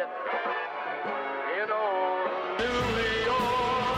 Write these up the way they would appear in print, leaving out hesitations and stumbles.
Bed in old New York.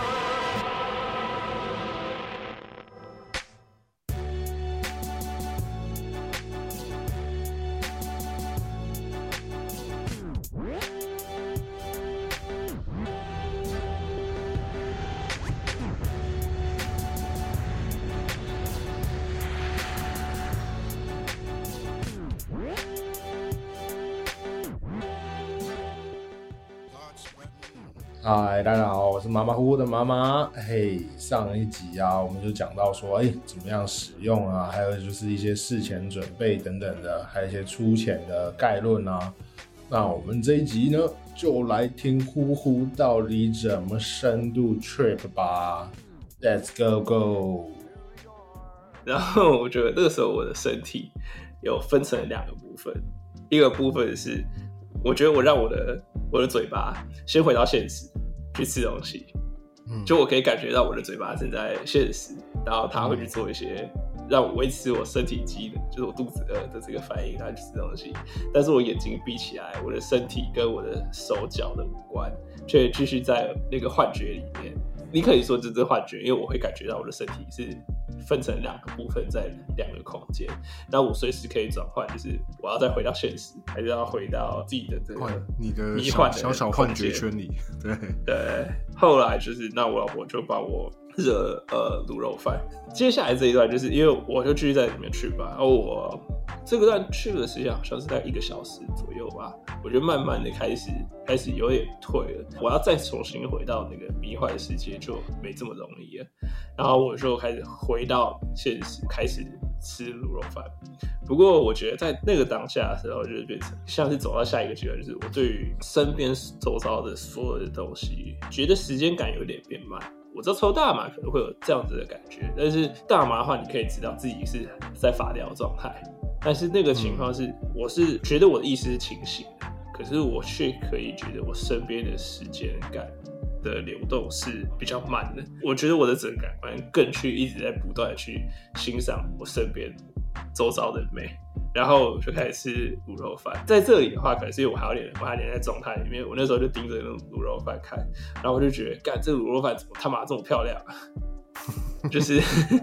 嗨，大家好，我是马马虎虎的妈妈。嘿，上一集啊，我们就讲到说，怎么样使用啊，还有就是一些事前准备等等的，还有一些粗浅的概论啊。那我们这一集呢，就来听呼呼到底怎么深度 trip 吧。Let's go。 然后我觉得那个时候我的身体有分成2个部分，一个部分是我觉得我让我的嘴巴先回到现实去吃东西，就我可以感觉到我的嘴巴正在现实，然后它会去做一些让我维持我身体机能，就是我肚子饿的这个反应，它去吃东西。但是我眼睛闭起来，我的身体跟我的手脚的五官却继续在那个幻觉里面。你可以说这是幻觉，因为我会感觉到我的身体是分成2个部分，在2个空间。那我随时可以转换，就是我要再回到现实，还是要回到自己的这个你的迷幻的小幻觉圈里。 对，后来就是那我老婆就帮我热卤肉饭。接下来这一段就是因为我就继续在里面去吧，然后我这个段去的时间好像是在1个小时左右吧，我就慢慢的开始有点退了，我要再重新回到那个迷幻的世界就没这么容易了。然后我就开始回到现实，开始吃卤肉饭。不过我觉得在那个当下的时候，就是变成像是走到下一个阶段，就是我对于身边周遭的所有的东西，觉得时间感有点变慢。我知道抽大麻可能会有这样子的感觉，但是大麻的话，你可以知道自己是在发疗状态。但是那个情况是，我是觉得我的意识是清醒的，可是我却可以觉得我身边的时间感的流动是比较慢的。我觉得我的整个感官更去一直在不断的去欣赏我身边周遭的美，然后就开始吃卤肉饭。在这里的话，可能是因为我还有点在状态里面，我那时候就盯着那种卤肉饭看，然后我就觉得，干，这个卤肉饭怎么他妈这么漂亮啊？就是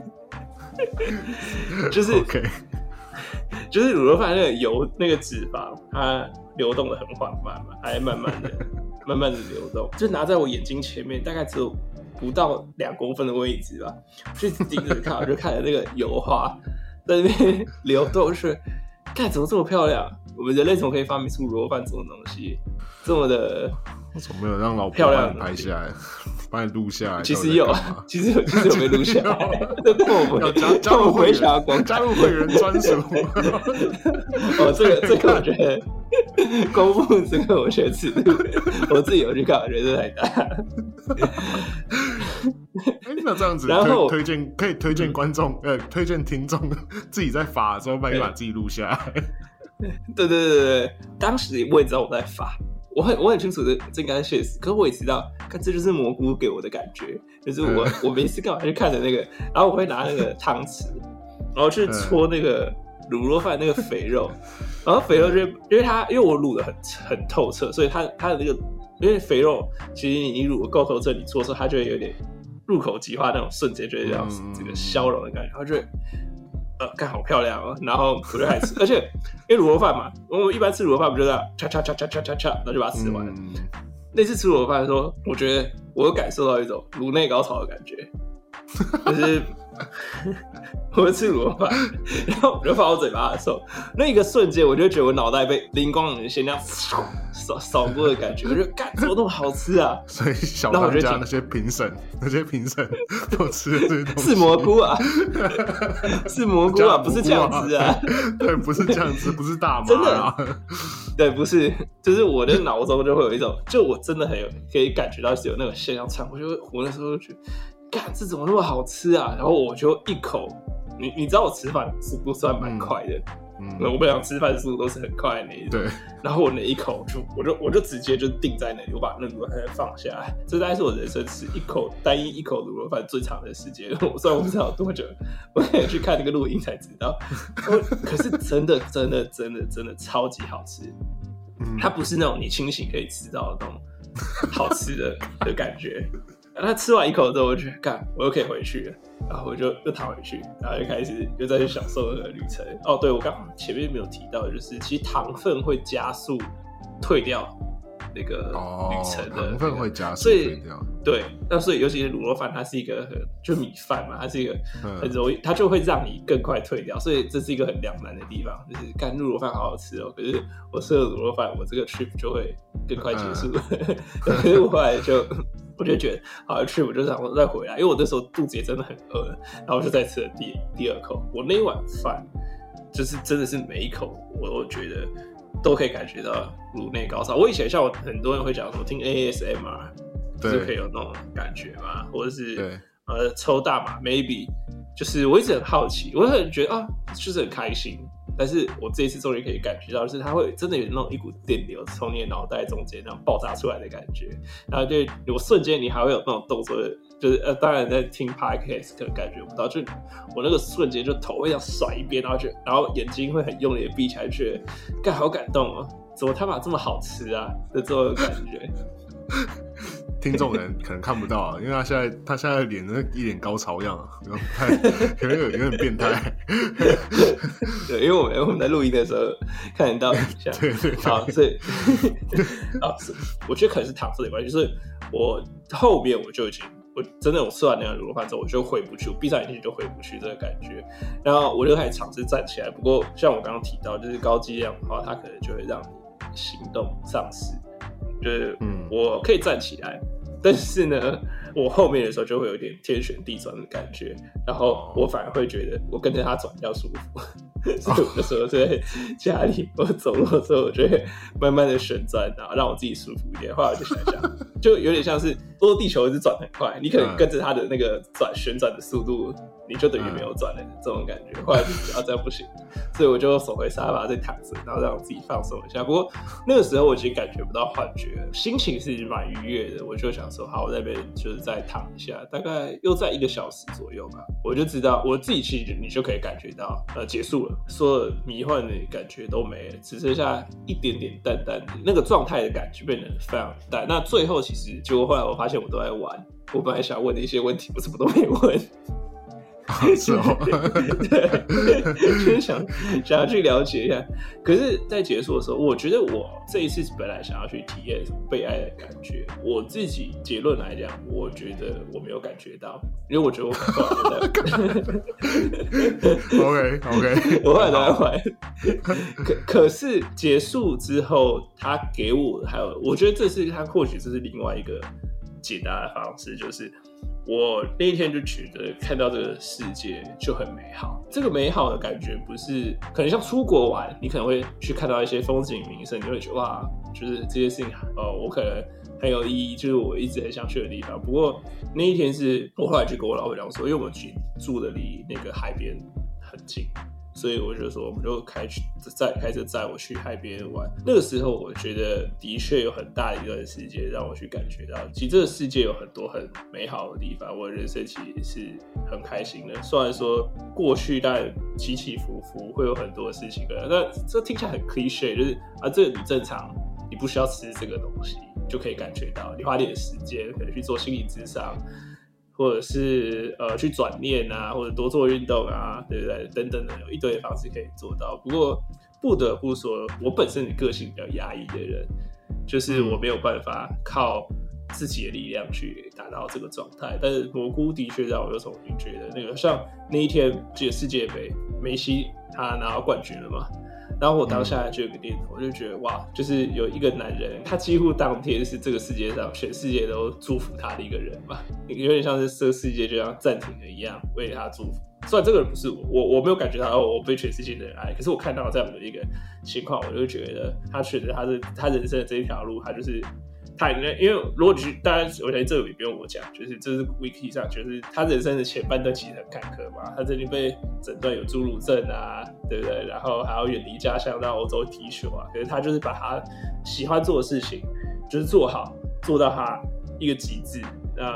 okay. 就是卤肉饭那个油那个脂肪，它流动的很缓慢嘛，还慢慢的流动，就拿在我眼睛前面，大概只有不到2公分的位置吧，就盯着看，我就看着那个油花在那边流动，就是看怎么这么漂亮？我们人类怎么可以发明出卤肉饭这种东西，这么的？ 我怎么没有让老婆把你拍下来，把你录下来？ 其实有，其实有被录下来。 加入会员，加入会员专属。 这个我觉得公布这个，我觉得尺度，我自己有去看，我觉得太大。 那这样子， 然后可以推荐观众，推荐听众自己在发的时候，帮你把自己录下来。 对，当时我也知道我在发。我很清楚这应该是现实，可是我也知道，这就是蘑菇给我的感觉，就是我没事干嘛去看着那个，然后我会拿那个汤匙，然后去搓那个卤肉饭那个肥肉，然后肥肉就因为我卤的很透彻，所以它的那个因为肥肉其实你卤的够透彻，你搓的时候它就会有点入口即化那种瞬间，就会这样这个消融的感觉，然后就会干好漂亮哦，然后我就开始吃，而且因为卤肉饭嘛，我们一般吃卤肉饭不就这样恰恰恰恰恰恰恰，然后就把它吃完。那次吃卤肉饭的时候，我觉得我有感受到一种颅内高潮的感觉，就是我吃卤肉饭，然后我就放我嘴巴的时候，那一个瞬间，我就觉得我脑袋被灵光一现那样扫过的感觉，我就干怎么那么好吃啊！ 所以小当家那些评审都吃了这些东西， 是蘑菇啊，是蘑菇啊，不是这样吃啊， 对，不是这样吃，不是大麻， 真的，对，不是，就是我的脑中就会有一种，就我真的很可以感觉到是有那种现象唱，我那时候就觉得，干这怎么那么好吃啊？然后我就一口，你知道我吃饭速度算蛮快的。我本来吃饭速度都是很快的那一种， 对。 然后我那一口我就直接就定在那里，我把那卤肉饭放下来，这大概是我人生吃单一一口卤肉饭最长的时间。虽然我不知道多久，我可以去看那个录音才知道。可是真的超级好吃。 它不是那种你清醒可以吃到的那种好吃的感觉。他吃完一口之后，我就觉得干，我又可以回去了，然后我就又躺回去，然后就开始又再去享受那个旅程。哦，对，我刚刚前面没有提到，就是其实糖分会加速退掉那个旅程的、 糖分会加速退掉。 对，那所以尤其是卤肉饭，它是一个就米饭嘛，它是一个很容易，它就会让你更快退掉，所以这是一个很两难的地方。就是干卤肉饭好好吃哦，可是我吃了卤肉饭，我这个 trip 就会更快结束。可是我后来我就觉得好去，我就想说再回来，因为我那时候肚子也真的很饿了，然后我就再吃了第二口。我那一碗饭就是真的是每一口我都觉得都可以感觉到颅内高潮。我以前像很多人会讲说听 ASMR 就是可以有那种感觉嘛，或者是抽大麻 maybe， 就是我一直很好奇，我很觉得啊就是很开心。但是我这一次终于可以感觉到，就是它会真的有那种一股电流从你的脑袋中间那样爆炸出来的感觉，然后就我瞬间你还会有那种动作，就是当然在听 podcast 可能感觉不到，就我那个瞬间就头会这样甩一边，然后眼睛会很用力的闭起来，觉得干好感动哦，怎么他妈这么好吃啊的这种感觉。 听众人可能看不到啊，因为他现在脸那一脸高潮样啊，可能有点变态。 对，因为我们在录音的时候看得到一下， 对， 好，所以我觉得可能是糖分的关系，就是我后面我就已经。我真的我吃完那个卤肉饭之后，我就回不去，我闭上眼睛就回不去这个感觉，然后我就开始尝试站起来。不过像我刚刚提到，就是高剂量的话，它可能就会让你行动丧失。就是我可以站起来，但是呢，我后面的时候就会有点天旋地转的感觉，然后我反而会觉得我跟着它转比较舒服。所以我那时候在家里我走路的时候，我就会慢慢的旋转，然后让我自己舒服一点。后来我就想想，就有点像是地球一直转很快，你可能跟着它的那个旋转的速度，你就等于没有转了这种感觉。后来就觉得这样不行，所以我就手回沙发再躺着，然后让我自己放松一下。不过那个时候我已经感觉不到幻觉了，心情是蛮愉悦的。我就想说，好，我在那边就是再躺一下，大概又在1个小时左右吧，我就知道我自己其实你就可以感觉到，结束了。所有迷幻的感觉都没了，只剩下一点点淡淡的那个状态的感觉变得非常淡。那最后其实结果后来我发现我都在玩，我本来想问的一些问题我什么都没问。 是哦， 对，就是想要去了解一下。可是，在结束的时候，我觉得我这一次本来想要去体验被爱的感觉，我自己结论来讲，我觉得我没有感觉到，因为我觉得我后来都在 OK， 我后来都在玩。可是结束之后，他给我还有，我觉得他或许这是另外一个解答的方式，就是我那一天就觉得看到这个世界就很美好。这个美好的感觉不是可能像出国玩，你可能会去看到一些风景名胜，你会觉得哇，就是这些事情我可能很有意义，就是我一直很想去的地方。不过那一天是我后来就跟我老婆讲说，因为我们住的离那个海边很近，所以我就说，我们就开车载我去海边玩。那个时候，我觉得的确有很大一段时间让我去感觉到，其实这个世界有很多很美好的地方。我的人生其实是很开心的。虽然说过去但起起伏伏，会有很多事情的，但这听起来很 cliché， 就是这个你正常，你不需要吃这个东西，就可以感觉到。你花点时间，可能去做心理咨商。或者是去转念啊，或者多做运动啊，对不对？等等的，有一堆的方式可以做到。不过不得不说，我本身的个性比较压抑的人，就是我没有办法靠自己的力量去达到这个状态。但是蘑菇的确让我有种觉得，那个像那一天记得世界杯，梅西他拿到冠军了嘛？然后我当下就有个念头，我就觉得哇，就是有一个男人，他几乎当天是这个世界上全世界都祝福他的一个人嘛，有点像是这个世界就像暂停了一样，为他祝福。虽然这个人不是我没有感觉到我被全世界的人爱，可是我看到这样的一个情况，我就觉得他选择他人生的这一条路，他就是他，因为如果大家，我相信这个也不用我讲，就是这是 wiki 上，就是他人生的前半段其实很坎坷嘛，他曾经被诊断有侏儒症啊，对不对？然后还要远离家乡到欧洲踢球啊，可是他就是把他喜欢做的事情，就是做好，做到他一个极致。那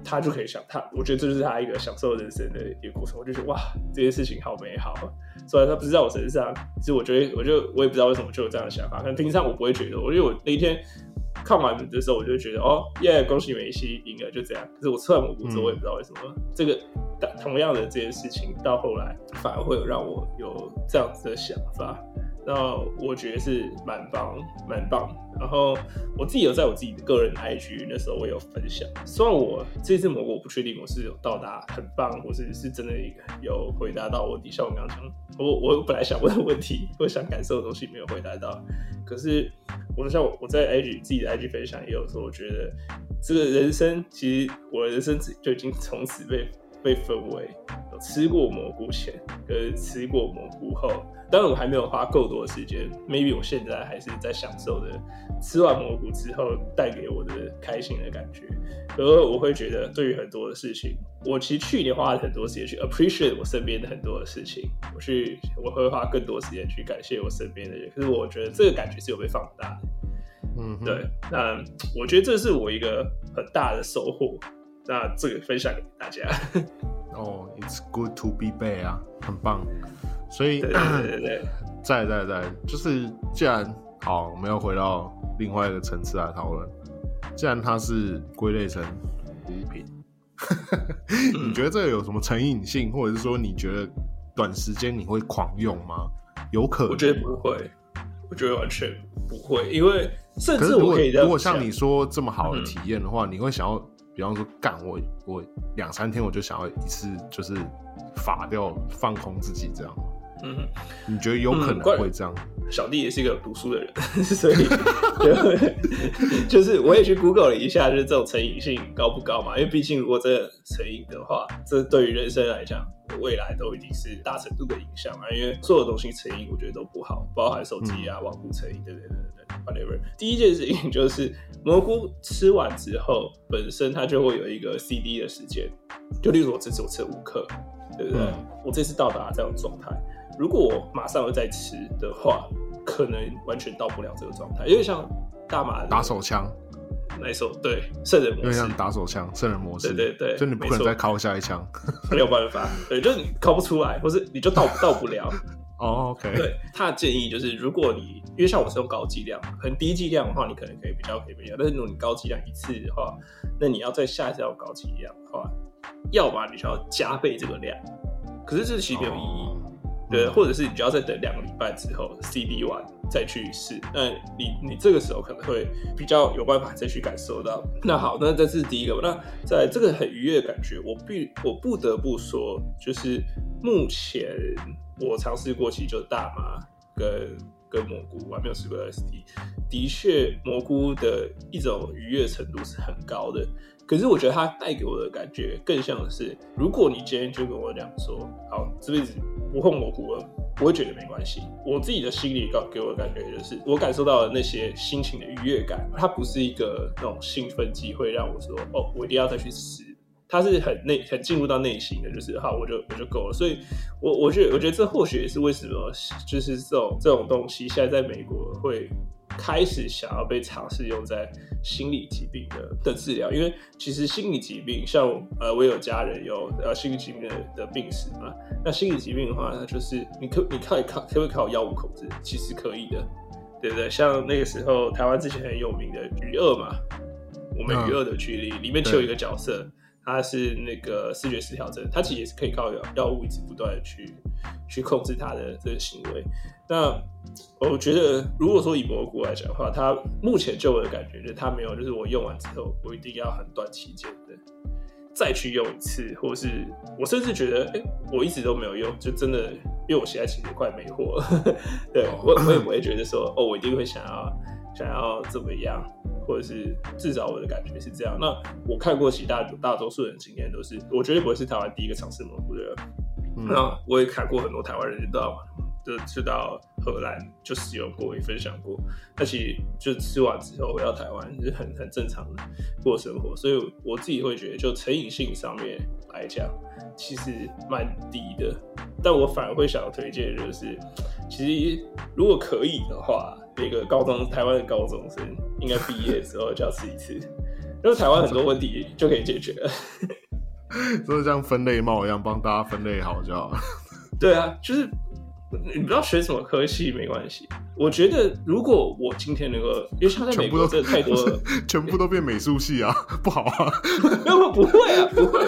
他就可以我觉得这就是他一个享受人生的一个过程。我就觉得哇，这件事情好美好，虽然他不是在我身上，其实我也不知道为什么就有这样的想法。可能平常我不会觉得，因为我那一天看完的时候，我就觉得哦耶，恭喜梅西赢了，就这样。可是我吃完蘑菇之后，我也不知道为什么这个同样的这件事情，到后来反而会让我有这样子的想法。那我觉得是蛮棒。然后我自己有在我自己的个人 IG 那时候我有分享，虽然我这次蘑菇我不确定我是有到达很棒，或是真的有回答到我像我刚刚讲，我本来想问的问题或想感受的东西没有回答到，可是我在 IG 自己的 IG 分享也有说，我觉得这个人生其实我的人生就已经从此被分为有吃过蘑菇前跟吃过蘑菇后。当然我还没有花够多的时间 maybe 我现在还是在享受的吃完蘑菇之后带给我的开心的感觉。而我会觉得对于很多的事情，我其实去年花了很多时间去 appreciate 我身边的很多的事情，我会花更多时间去感谢我身边的人，可是我觉得这个感觉是有被放大的。对，那我觉得这是我一个很大的收获，那这个分享给大家。 It's good to be bad 啊，很棒。所以，对，再，就是既然好，我们要回到另外一个层次来讨论。既然它是归类成补品，你觉得这个有什么成瘾性，或者是说你觉得短时间你会狂用吗？有可能？我觉得不会，我觉得完全不会，因为甚至我可以这样想， 如果像你说这么好的体验的话，你会想要，比方说，我2-3天我就想要一次就是法掉放空自己这样。你觉得有可能会这样？ 小弟也是一个有读书的人，所以就是我也去 Google 了一下，就是这种成瘾性高不高嘛？因为毕竟如果真的成瘾的话，这对于人生来讲，未来都已经是大程度的影响嘛。因为所有东西成瘾，我觉得都不好，包含手机啊、网络成瘾等 whatever。第一件事情就是蘑菇吃完之后，本身它就会有一个 CD 的时间，就例如我这次我吃了5克，对不对？我这次到达这样的状态。如果我马上要再吃的话，可能完全到不了这个状态，因为像大麻打手枪那一首，对，圣人模式， 因为像打手枪圣人模式， 对， 就你不可能再敲下一枪， 没有办法，对，就是你敲不出来，或是你就到不了。 OK， 对，他的建议就是，如果你因为像我是用高剂量，很低剂量的话，你可能可以比较，但是如果你高剂量一次的话，那你要再下一次要高剂量的话，要么你就要加倍这个量，可是这其实没有意义。对，或者是你就要再等2个礼拜之后 CD 完再去试，那你这个时候可能会比较有办法再去感受到。那好，那这是第一个。那在这个很愉悦的感觉，我不得不说，就是目前我尝试过，其实就是大麻跟蘑菇，我还没有试过 LSD。的确，蘑菇的一种愉悦程度是很高的。可是我觉得它带给我的感觉更像的是，如果你今天就跟我讲说，好，这辈子不碰蘑菇了，我会觉得没关系。我自己的心里给我的感觉就是，我感受到的那些心情的愉悦感，它不是一个那种兴奋剂会让我说，哦，我一定要再去试。它是很进入到内心的，就是好，我就够了。所以我觉得这或许也是为什么就是这种东西现在在美国会开始想要被尝试用在心理疾病的治疗，因为其实心理疾病，像我有家人有心理疾病的病史嘛，那心理疾病的话，那就是你可不可以靠药物控制？其实可以的，对不对？像那个时候台湾之前很有名的余二嘛，我们余二的距离里面就有一个角色。他是那个思觉失调症，他其实也是可以靠药物一直不断的去控制他的这个行为。那我觉得，如果说以蘑菇来讲的话，他目前就我的感觉就是他没有，就是我用完之后，我一定要很短期间的再去用一次，或是我甚至觉得，我一直都没有用，就真的，因为我现在其实快没货了，对我也不会觉得说，我一定会想要怎么样。或者是至少我的感觉是这样。那我看过其他大多数人经验都是，我绝对不会是台湾第一个尝试蘑菇的人。那我也看过很多台湾人就到荷兰就使用过，也分享过。那其实就吃完之后回到台湾是很正常的过生活，所以我自己会觉得，就成瘾性上面来讲，其实蛮低的。但我反而会想要推荐的就是，其实如果可以的话，每个台湾的高中生应该毕业之后就要吃一次。 因为台湾很多问题就可以解决了。 就是像分类帽一样，帮大家分类好就好了。 对啊，就是你不知道学什么科系没关系。我觉得如果我今天能够，因为像在美国真的太多了， 全部都变美术系啊，不好啊。 不会啊，不会。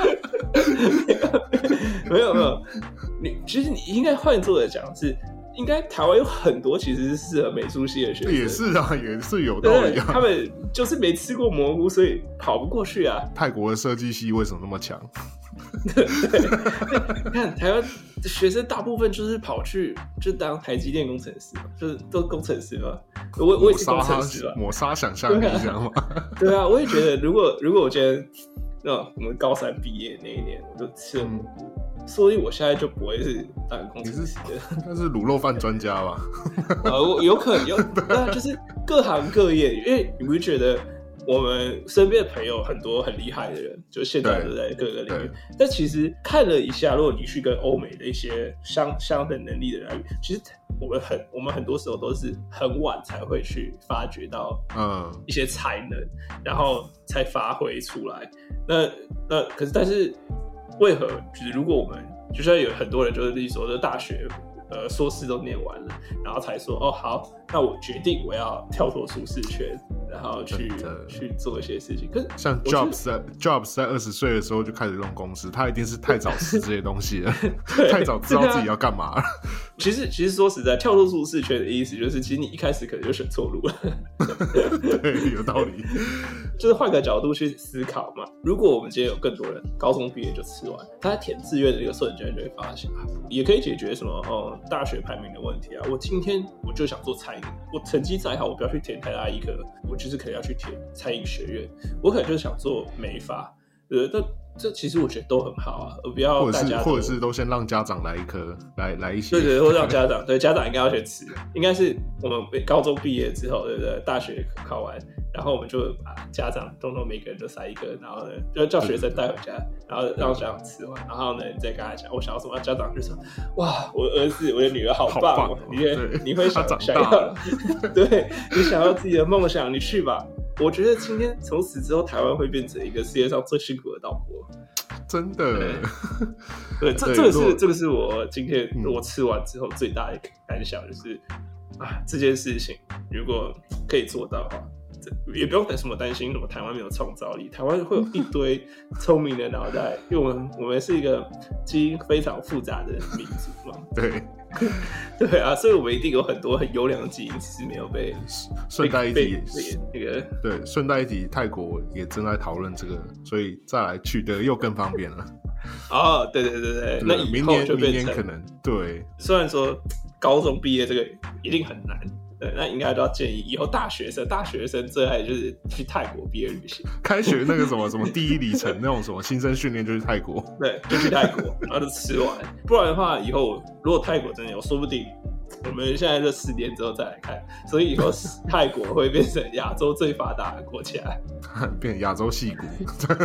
没有，其实你应该换作的讲是。应该台湾有很多其实是适合美术系的学生， 也是啊，也是有道理啊。 他们就是没吃过蘑菇，所以跑不过去啊。 泰国的设计系为什么那么强？ 对，你看台湾学生大部分就是跑去就当台积电工程师，就是都工程师嘛。我也是工程师嘛， 抹杀想象力这样吗？ 对啊，我也觉得如果我今天我们高三毕业那一年我就吃了蘑菇。所以我现在就不会是当工程师的， 那是卤肉饭专家吧？ 有可能就是各行各业，因为你不觉得我们身边的朋友很多很厉害的人，就现在都在各个领域。但其实看了一下，如果你去跟欧美的一些相等能力的人，其实我们很多时候都是很晚才会去发掘到一些才能，然后才发挥出来。可是但是。为何就是如果我们就像有很多人就是例如说大学硕士都念完了，然后才说哦好，那我决定我要跳脱舒适圈，然后去做一些事情。可是像 Jobs 在20岁的时候就开始弄公司，他一定是太早吃这些东西了，太早知道自己要干嘛了。 其实说实在，跳脱舒适圈的意思就是，其实你一开始可能就选错路了。 对，有道理。 就是换个角度去思考嘛。如果我们今天有更多人高中毕业就吃完，他在填志愿的一个瞬间就会发现也可以解决什么大学排名的问题啊。我今天我就想做餐饮，我成绩再好，我不要去填台大医科，我就是可能要去填餐饮学院。我可能就是想做美发，但这其实我觉得都很好啊，而不要大家或者是都先让家长来一颗，来一些。 对，或者让家长家长应该要先吃，应该是我们高中毕业之后，对不对？大学考完，然后我们就把家长通通每个人都塞一颗，然后呢就叫学生带回家，然后让家长吃完，然后呢你再跟他讲我想要什么，家长就说哇，我的儿子我的女儿好棒哦，你会想要对你想要自己的梦想，你去吧。我觉得今天从此之后，台湾会变成一个世界上最辛苦的岛国。 真的， 对，这个是我今天我吃完之后最大的感想，就是这件事情如果可以做到的话，也不用什么担心什么台湾没有创造力，台湾会有一堆聪明的脑袋，因为我们是一个基因非常复杂的民族嘛。对啊，所以我们一定有很多很优良的基因，其实没有被顺带一提那个对，顺带一提，泰国也正在讨论这个，所以再来取得又更方便了。 对，那以后就变成明年可能对。 虽然说高中毕业这个一定很难。对，那应该都要建议以后大学生最爱就是去泰国毕业旅行， 开学那个什么第一里程那种什么新生训练就去泰国， 对，就去泰国，然后就吃完。不然的话，以后如果泰国真的有，说不定我们现在这10年之后再来看，所以以后泰国会变成亚洲最发达的国家， 变亚洲矽谷。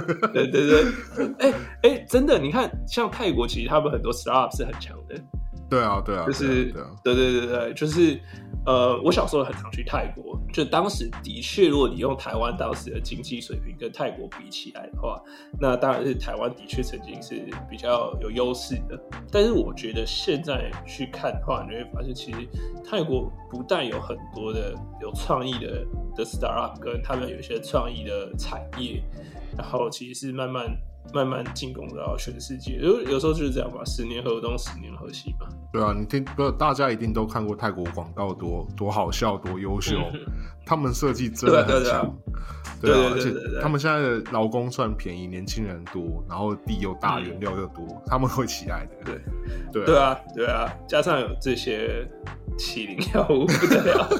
对，真的，你看像泰国，其实他们很多 startup 是很强的。 对啊， 就是对，就是我小时候很常去泰国，就当时的确，如果你用台湾当时的经济水平跟泰国比起来的话，那当然是台湾的确曾经是比较有优势的。但是我觉得现在去看的话，你会发现其实泰国不但有很多的有创意的 startup， 跟他们有一些创意的产业，然后其实是慢慢进攻到全世界，有时候就是这样吧，10年河东，10年河西嘛。 对啊，大家一定都看过泰国广告多好笑，多优秀，他们设计真的很强。对啊，而且他们现在的劳工算便宜，年轻人多，然后地又大，原料又多，他们会起来的。对啊，加上有这些起灵药物，不得了。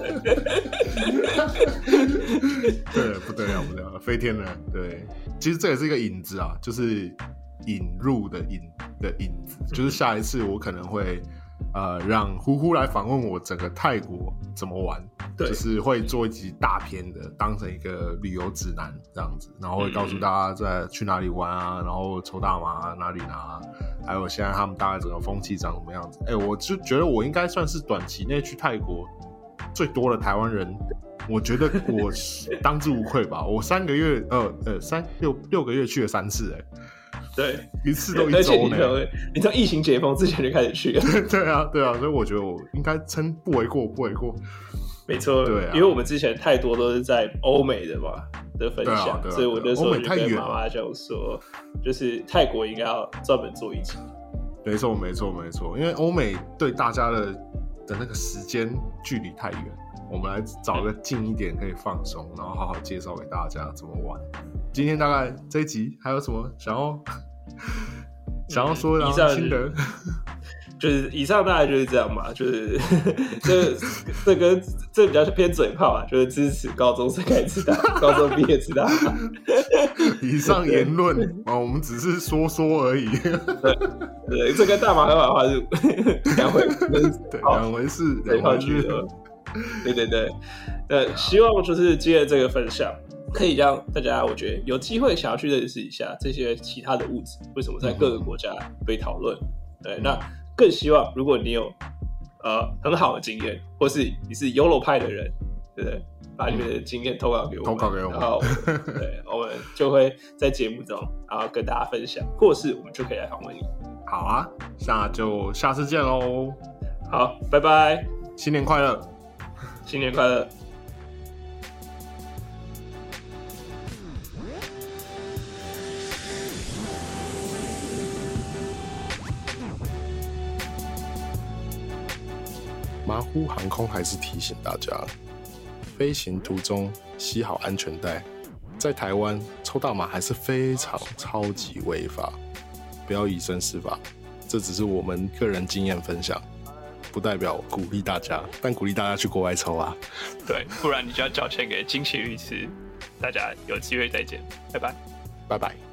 对，不得了，飞天了。对，其实这也是一个引子啊，就是引入的引子，就是下一次我可能会让呼呼来访问我整个泰国怎么玩，就是会做一集大片的，当成一个旅游指南这样子，然后会告诉大家在去哪里玩啊，然后抽大麻哪里拿，还有现在他们大概整个风气长什么样子。我就觉得我应该算是短期内去泰国最多的台湾人我觉得我当之无愧吧。我3个月6个月去了3次， 对， 一次都1周呢。 你从疫情解封之前就开始去了。 对啊，所以我觉得我应该称不为过。 没错，对啊，因为我们之前太多都是在欧美的嘛的分享，所以我那时候就跟妈妈讲说，就是泰国应该要专门做一集。 没错，因为欧美对大家的那个时间距离太远，我们来找个近一点可以放松，然后好好介绍给大家怎么玩。今天大概这一集还有什么想要说的心得？ 就是以上大概就是这样嘛，就是这比较偏嘴炮啊，就是支持高中生开始打，高中毕业吃大麻。 以上言论我们只是说而已。 对，这跟大麻合法化是两回事。 对，希望就是今天这个分享可以让大家，我觉得有机会想要去认识一下这些其他的物质为什么在各个国家被讨论。对，那更希望如果你有很好的经验，或是你是 YOLO 派的人，对不对？把你们的经验投稿给我们，然后对，我们就会在节目中然后跟大家分享，或是我们就可以来访问你。 好啊，那就下次见喽。 好，拜拜， 新年快乐， 新年快乐。 马虎航空还是提醒大家，飞行途中系好安全带。在台湾抽大麻还是非常超级违法，不要以身试法。这只是我们个人经验分享，不代表鼓励大家，但鼓励大家去国外抽啊。 对，不然你就要缴钱给金奇律师。大家有机会再见，拜拜， 拜拜。